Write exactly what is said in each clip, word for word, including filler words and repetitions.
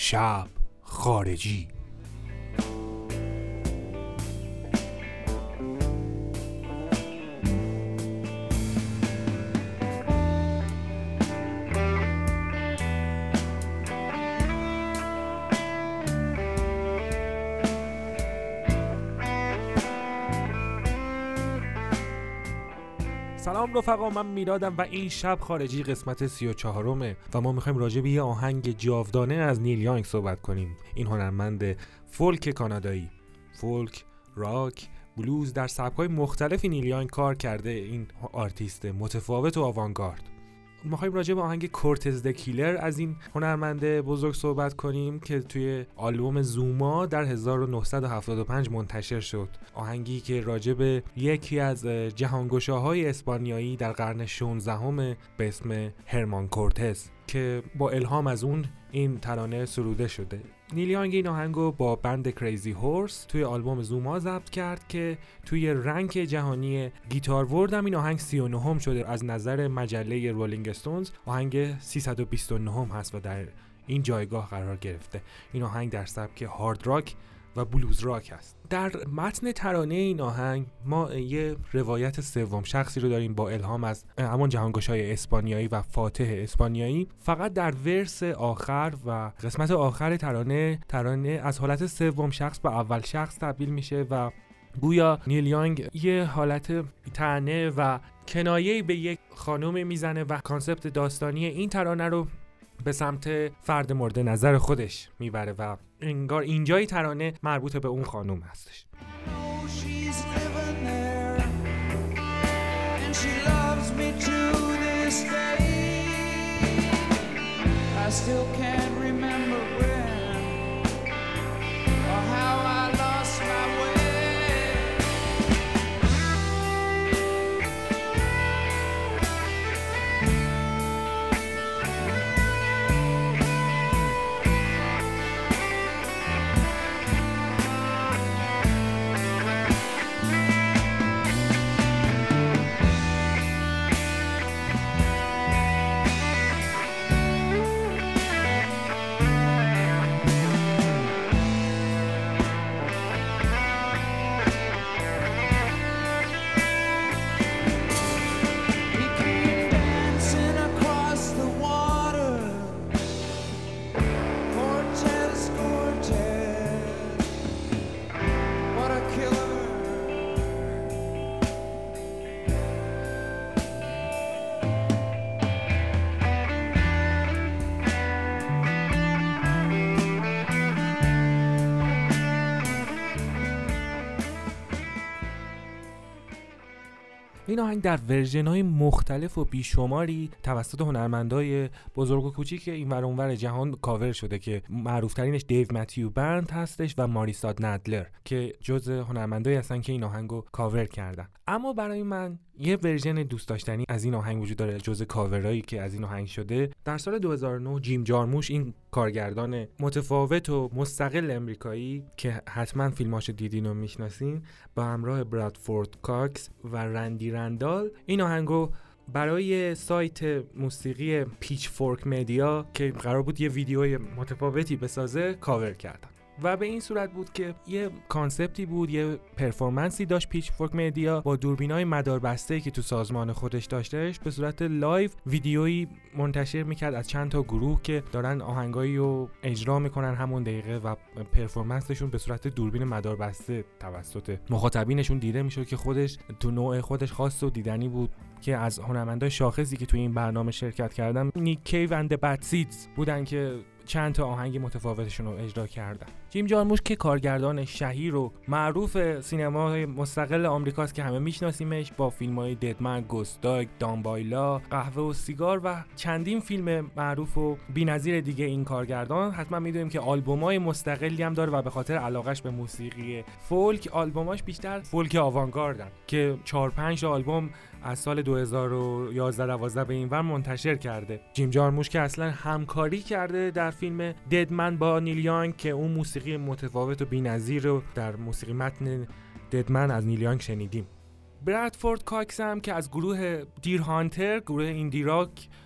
شب خارجی. سلام رفقا، من میلادم و این شب خارجی قسمت سی و چهارمه و ما میخوایم راجع به یه آهنگ جاودانه از نیل یانگ صحبت کنیم. این هنرمند فولک کانادایی، فولک، راک، بلوز، در سبک‌های مختلفی نیل یانگ کار کرده. این آرتیست متفاوت و آوانگارد. میخوایم راجع به آهنگ کورتز د کیلر از این هنرمند بزرگ صحبت کنیم که توی آلبوم زوما در هزار و نهصد و هفتاد و پنج منتشر شد. آهنگی که راجع به یکی از جهانگشاهای اسپانیایی در قرن شانزدهم به اسم هرمان کورتز که با الهام از اون این ترانه سروده شده. نیل یانگ این آهنگو با بند کریزی هورس توی آلبوم زوما ضبط کرد که توی رنک جهانی گیتار ورد هم این آهنگ سی و نهم شده. از نظر مجله رولینگ استونز آهنگ سیصد و بیست و نه هست و در این جایگاه قرار گرفته. این آهنگ در سبک هارد راک و بلوز راک است. در متن ترانه این آهنگ ما یه روایت سوم شخصی رو داریم با الهام از همان جهانگشای اسپانیایی و فاتح اسپانیایی. فقط در ورس آخر و قسمت آخر ترانه ترانه از حالت سوم شخص به اول شخص تبدیل میشه و گویا نیل یانگ یه حالت طعنه و کنایه‌ای به یک خانم میزنه و کانسپت داستانی این ترانه رو به سمت فرد مورد نظر خودش میبره و انگار اینجای ترانه مربوط به اون خانوم هستش. این آهنگ در ورژن‌های مختلف و بیشماری توسط هنرمندای بزرگ و کوچیک این ور اونور جهان کاور شده که معروف‌ترینش دیو متیو بند هستش و ماریسا ندلر که جزء هنرمندایی هستن که این آهنگو کاور کردن. اما برای من یه ورژن دوست داشتنی از این آهنگ وجود داره جزء کاورایی که از این آهنگ شده. در سال دو هزار و نه جیم جارموش، این کارگردان متفاوت و مستقل امریکایی که حتما فیلماشو دیدین و میشناسین، با همراه برادفورد کاکس و رندی رندال این آهنگو برای سایت موسیقی پیچ فورک مدیا که قرار بود یه ویدیوی متفاوتی بسازه کاور کردن و به این صورت بود که یه کانسپتی بود، یه پرفورمنسی داشت پیچ فورک مدیا با دوربینای مداربسته‌ای که تو سازمان خودش داشتهش به صورت لایو ویدیویی منتشر میکرد از چند تا گروه که دارن آهنگایی رو اجرا میکنن همون دقیقه و پرفورمنسشون به صورت دوربین مداربسته توسط مخاطبینشون دیده میشد که خودش تو نوع خودش خاص و دیدنی بود که از هنرمندای شاخصی که توی این برنامه شرکت کردن نیک کیو اند بد سیدز بودن که چند تا آهنگ متفاوتشون رو اجرا کردن. جیم جارموش که کارگردان شهیر و معروف سینمای مستقل آمریکاست که همه میشناسیمش با فیلم‌های ددمن، گوست داگ، دامبایلا، قهوه و سیگار و چندین فیلم معروف و بی‌نظیر دیگه. این کارگردان حتما میدونیم که آلبوم‌های مستقلی هم داره و به خاطر علاقش به موسیقی فولک آلبوماش بیشتر فولک آوانگاردن که چهار پنج آلبوم از سال دو هزار و یازده دوازده به این ور منتشر کرده. جیم جارموش که اصلا همکاری کرده در فیلم ددمن با نیل یانگ که اون موسیقی متفاوت و بی‌نظیر رو در موسیقی متن ددمن از نیل یانگ شنیدیم. برادفورد کاکس هم که از گروه دیر هانتر، گروه ایندی راک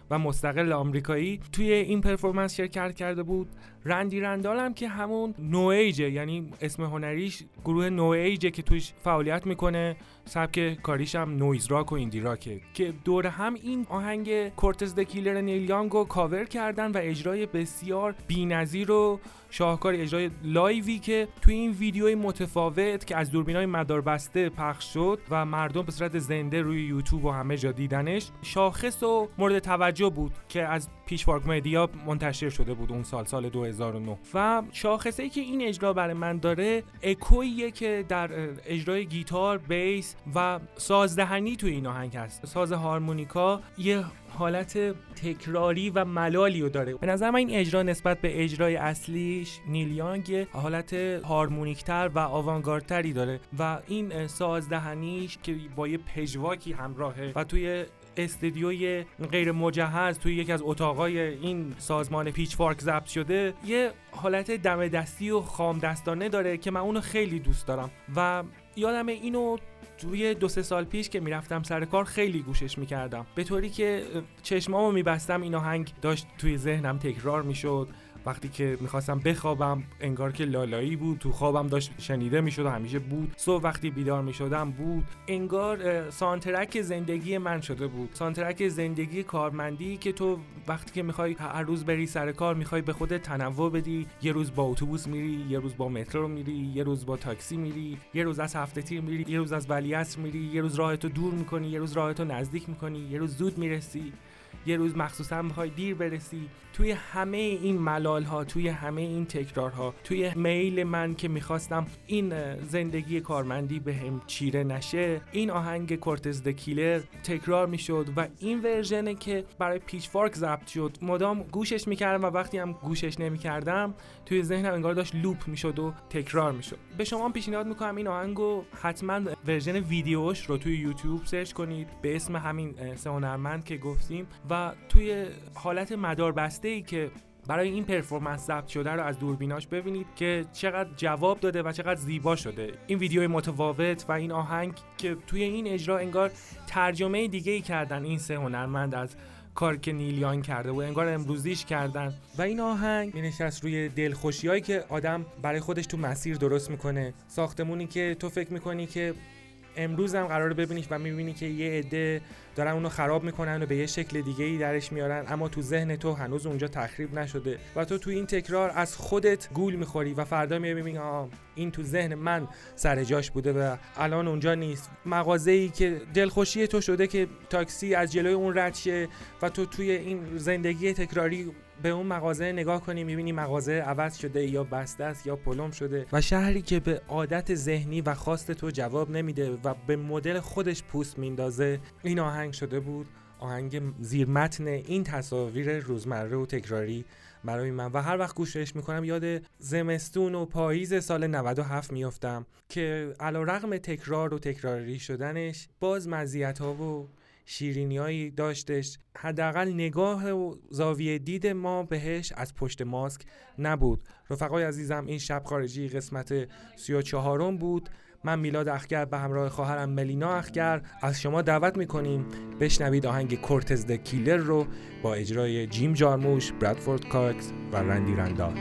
و مستقل آمریکایی توی این پرفورمنس شرکت کرده بود. رندی رندال هم که همون نو ایجه، یعنی اسم هنریش گروه نو ایجه که توش فعالیت میکنه، سبک کاریش هم نویز راک و ایندی راکه، که دور هم این آهنگ کورتز د کیلر نیل یانگ رو کاور کردن و اجرای بسیار بی‌نظیر و شاهکار، اجرای لایوی که توی این ویدیوی متفاوت که از دوربینای مداربسته پخش شد و مردم به صورت زنده روی یوتیوب و همه جا دیدنش، شاخص و مورد توجه بود که از پیچفورک مدیا منتشر شده بود اون سال سال دو هزار و نه. و شاخصه‌ای که این اجرا برای من داره اکوییه که در اجرای گیتار، بیس و سازدهنی توی این آهنگ هست. ساز هارمونیکا یه حالت تکراری و ملالی رو داره. به نظر من این اجرا نسبت به اجرای اصلیش نیل یانگ حالت هارمونیکتر و آوانگاردتری داره و این سازدهنیش که با یه پژواکی همراهه و توی استودیوی غیر مجهز توی یکی از اتاقای این سازمان پیچفورک ضبط شده، یه حالت دم دستی و خام دستانه داره که من اونو خیلی دوست دارم و یادمه اینو توی دو سه سال پیش که میرفتم سر کار خیلی گوشش میکردم، به طوری که چشمامو میبستم این آهنگ داشت توی ذهنم تکرار میشد. وقتی که میخواستم بخوابم انگار که لالایی بود، تو خوابم داشت شنیده میشد و همیشه بود. صبح وقتی بیدار میشدم بود. انگار سانترک زندگی من شده بود، سانترک زندگی کارمندی که تو وقتی که میخوای هر روز بری سر کار میخوای به خودت تنوع بدی، یه روز با اتوبوس میری، یه روز با مترو میری، یه روز با تاکسی میری، یه روز از هفته تیر میری، یه روز از ولیعصر میری، یه روز راهتو دور میکنی، یه روز راهتو نزدیک میکنی، یه روز زود میرسی، یه روز مخصوصا میخوای دیر برسی. توی همه این ملال ها، توی همه این تکرارها، توی میل من که میخواستم این زندگی کارمندی به هم چیره نشه، این آهنگ کورتز د کیلر تکرار میشد و این ورژنه که برای پیچفورک ضبط شد مدام گوشش میکردم و وقتی هم گوشش نمیکردم توی ذهنم انگار داشت لوپ میشد و تکرار میشد. به شما پیشنهاد میکنم این آهنگو حتما ورژن ویدیوش رو توی یوتیوب سرچ کنید به اسم همین سه هنرمند که گفتیم و توی حالت مداربسته ای که برای این پرفورمنس ضبط شده رو از دوربیناش ببینید که چقدر جواب داده و چقدر زیبا شده. این ویدیوی متفاوت و این آهنگ که توی این اجرا انگار ترجمه دیگه‌ای کردن این سه هنرمند از کار که نیل یانگ کرده و انگار امروزیش کردن و این آهنگ می‌نشست روی دلخوشیایی که آدم برای خودش تو مسیر درست میکنه، ساختمونی که تو فکر میکنی که امروز هم قراره ببینیش و میبینی که یه عده دارن اونو خراب میکنن و به یه شکل دیگه ای درش میارن، اما تو ذهن تو هنوز اونجا تخریب نشده و تو تو این تکرار از خودت گول میخوری و فردا میبینی آها این تو ذهن من سر جاش بوده و الان اونجا نیست. مغازه‌ای که دلخوشی تو شده که تاکسی از جلوی اون رد شه و تو توی این زندگی تکراری به اون مغازه نگاه کنی میبینی مغازه عوض شده یا بسته است یا پلم شده و شهری که به عادت ذهنی و خواست تو جواب نمیده و به مدل خودش پوست میندازه. این آهنگ شده بود آهنگ زیر متن این تصاویر روزمره و تکراری برای من و هر وقت گوشش میکنم یاد زمستون و پاییز سال نود و هفت میافتم که علیرغم تکرار و تکراری شدنش باز مزیت‌ها و شیرینیایی داشتش. حداقل نگاه و زاویه دید ما بهش از پشت ماسک نبود. رفقای عزیزم این شب خارجی قسمت سی و چهارم بود. من میلاد اخگر به همراه خواهرم ملینا اخگر از شما دعوت میکنیم بشنوید آهنگ کورتز د کیلر رو با اجرای جیم جارموش، برادفورد کاکس و رندی رندال.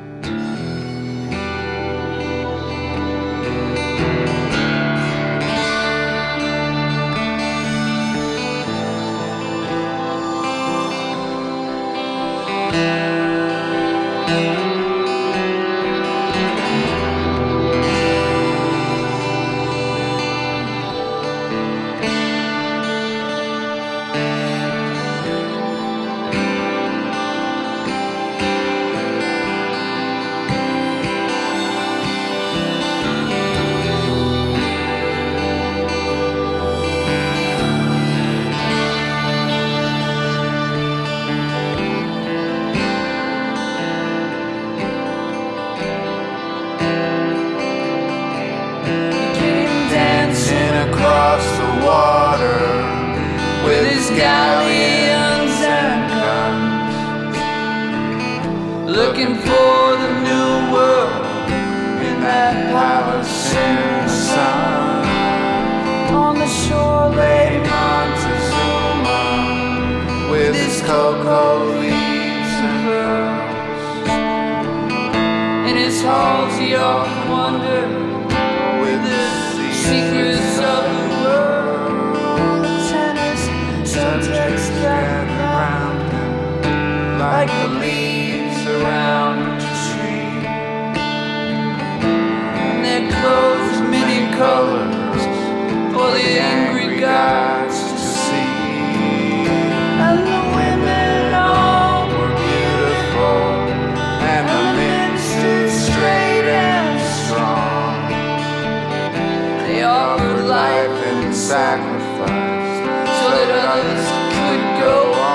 Looking for the new world in that palace in the sun. On the shore lay Montezuma with his cocoa leaves and pearls. In his halls he often wondered with the secrets of the world. And his subjects gathered around him like the leaves around a tree. And their clothes many colors for the angry gods to see. And the women all were beautiful, and the men stood straight and strong. They offered life and sacrifice so that others could go on.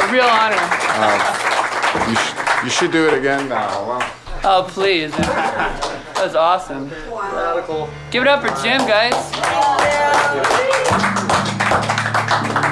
a real honor. Uh, you, sh- you should do it again now. Well, Oh, please. That was awesome. Radical. Give it up for Jim, guys.